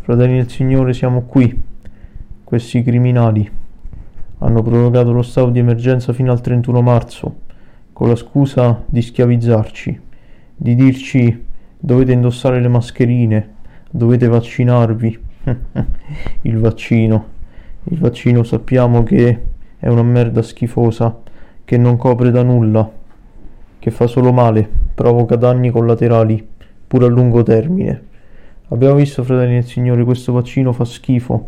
Fratelli del Signore, siamo qui. Questi criminali hanno prorogato lo stato di emergenza fino al 31 marzo con la scusa di schiavizzarci, di dirci dovete indossare le mascherine, dovete vaccinarvi. Il vaccino sappiamo che è una merda schifosa, che non copre da nulla, che fa solo male, provoca danni collaterali, pure a lungo termine. Abbiamo visto, fratelli del Signore, questo vaccino fa schifo.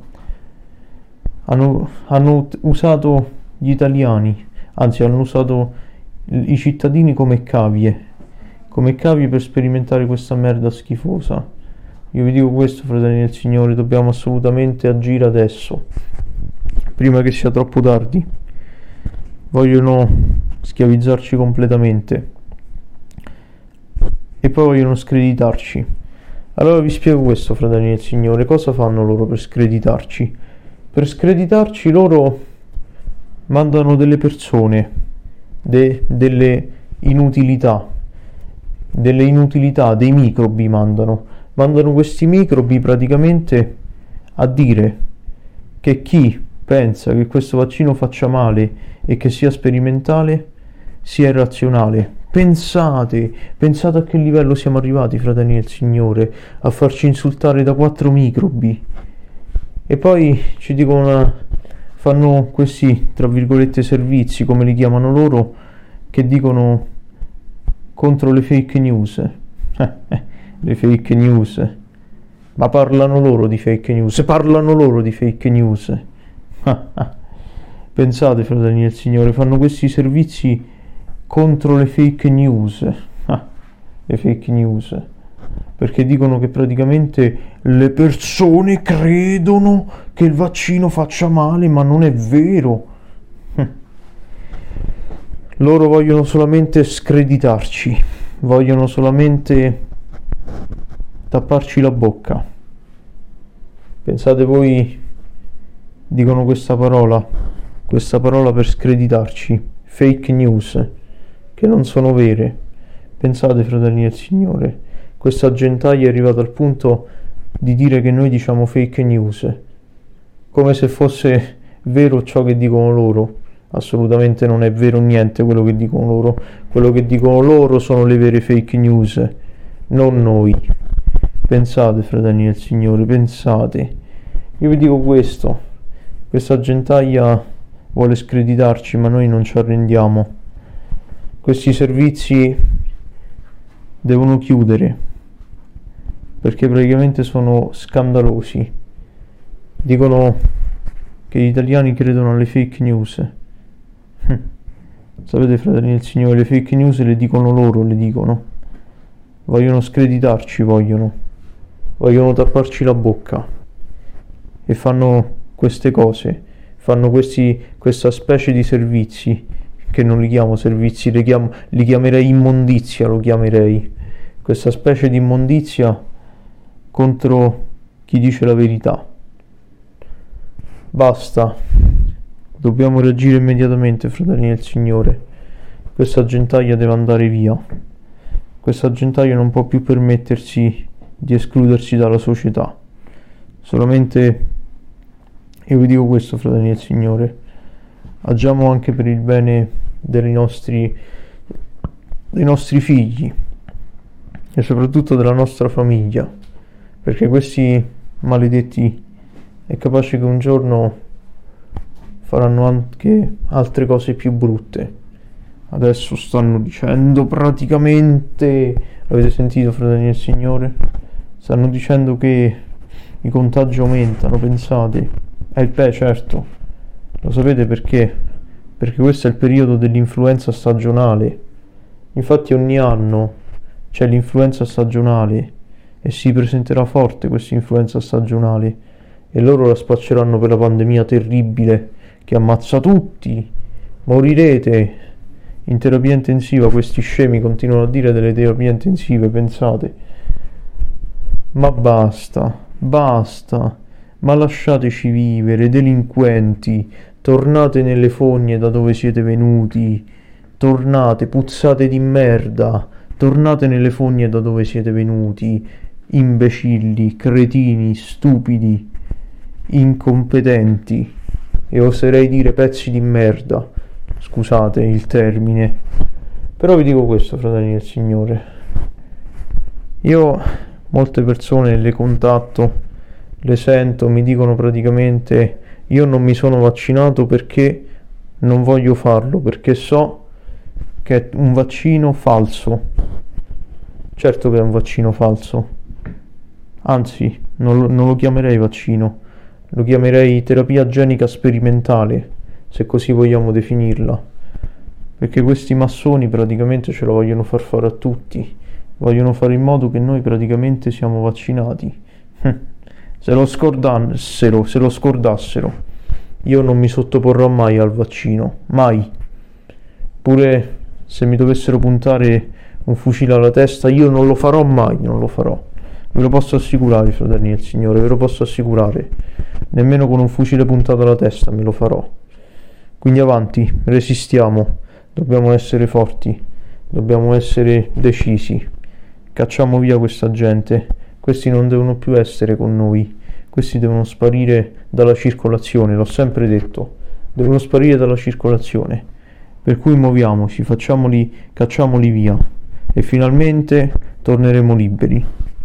Hanno usato gli italiani, anzi hanno usato i cittadini come cavie per sperimentare questa merda schifosa. Io vi dico questo, fratelli del Signore, dobbiamo assolutamente agire adesso, prima che sia troppo tardi. Vogliono schiavizzarci completamente e poi vogliono screditarci. Allora vi spiego questo, fratelli del Signore, cosa fanno loro per screditarci? Per screditarci loro mandano delle persone, delle inutilità, dei microbi mandano questi microbi praticamente a dire che chi pensa che questo vaccino faccia male e che sia sperimentale sia irrazionale. Pensate a che livello siamo arrivati, fratelli del Signore, a farci insultare da 4 microbi. E poi ci dicono, fanno questi, tra virgolette, servizi, come li chiamano loro, che dicono contro le fake news. Le fake news. Ma parlano loro di fake news. Pensate, fratelli del Signore, fanno questi servizi contro le fake news. Le fake news. Perché dicono che praticamente le persone credono che il vaccino faccia male, ma non è vero. Loro vogliono solamente screditarci, vogliono solamente tapparci la bocca. Pensate voi, dicono questa parola per screditarci, fake news, che non sono vere. Pensate, fratelli del Signore, questa gentaglia è arrivata al punto di dire che noi diciamo fake news, come se fosse vero ciò che dicono loro. Assolutamente non è vero niente quello che dicono loro. Quello che dicono loro sono le vere fake news, non noi. Pensate, fratelli del Signore, pensate. Io vi dico questo, questa gentaglia vuole screditarci, ma noi non ci arrendiamo. Questi servizi devono chiudere, perché praticamente sono scandalosi. Dicono che gli italiani credono alle fake news. Sapete, fratelli del Signore, le fake news le dicono loro, vogliono screditarci, vogliono tapparci la bocca, e fanno queste cose, fanno questa specie di servizi, che non li chiamo servizi, li chiamerei immondizia, questa specie di immondizia contro chi dice la verità. Basta, dobbiamo reagire immediatamente, fratelli del Signore. Questa gentaglia deve andare via. Questa gentaglia non può più permettersi di escludersi dalla società. Solamente, io vi dico questo, fratelli del Signore, agiamo anche per il bene dei nostri figli e soprattutto della nostra famiglia, perché questi maledetti è capace che un giorno faranno anche altre cose più brutte. Adesso stanno dicendo praticamente, avete sentito, fratelli del Signore? Stanno dicendo che i contagi aumentano, pensate. Certo, lo sapete perché? Perché questo è il periodo dell'influenza stagionale. Infatti ogni anno c'è l'influenza stagionale e si presenterà forte questa influenza stagionale, e loro la spacceranno per la pandemia terribile che ammazza tutti. Morirete in terapia intensiva. Questi scemi continuano a dire delle terapie intensive, pensate. Ma basta, ma lasciateci vivere, delinquenti. Tornate nelle fogne da dove siete venuti, tornate, puzzate di merda, tornate nelle fogne da dove siete venuti, imbecilli, cretini, stupidi, incompetenti e oserei dire pezzi di merda, scusate il termine, però vi dico questo, fratelli del Signore, io molte persone le contatto, le sento, mi dicono praticamente io non mi sono vaccinato perché non voglio farlo, perché so che è un vaccino falso. Certo che è un vaccino falso, anzi non lo chiamerei vaccino, lo chiamerei terapia genica sperimentale, se così vogliamo definirla, perché questi massoni praticamente ce lo vogliono far fare a tutti, vogliono fare in modo che noi praticamente siamo vaccinati. Se lo scordassero, io non mi sottoporrò mai al vaccino, mai. Pure se mi dovessero puntare un fucile alla testa, io non lo farò mai, non lo farò. Ve lo posso assicurare, fratelli del Signore, ve lo posso assicurare. Nemmeno con un fucile puntato alla testa me lo farò. Quindi avanti, resistiamo, dobbiamo essere forti, dobbiamo essere decisi. Cacciamo via questa gente, questi non devono più essere con noi, questi devono sparire dalla circolazione, l'ho sempre detto, devono sparire dalla circolazione. Per cui muoviamoci, cacciamoli via e finalmente torneremo liberi.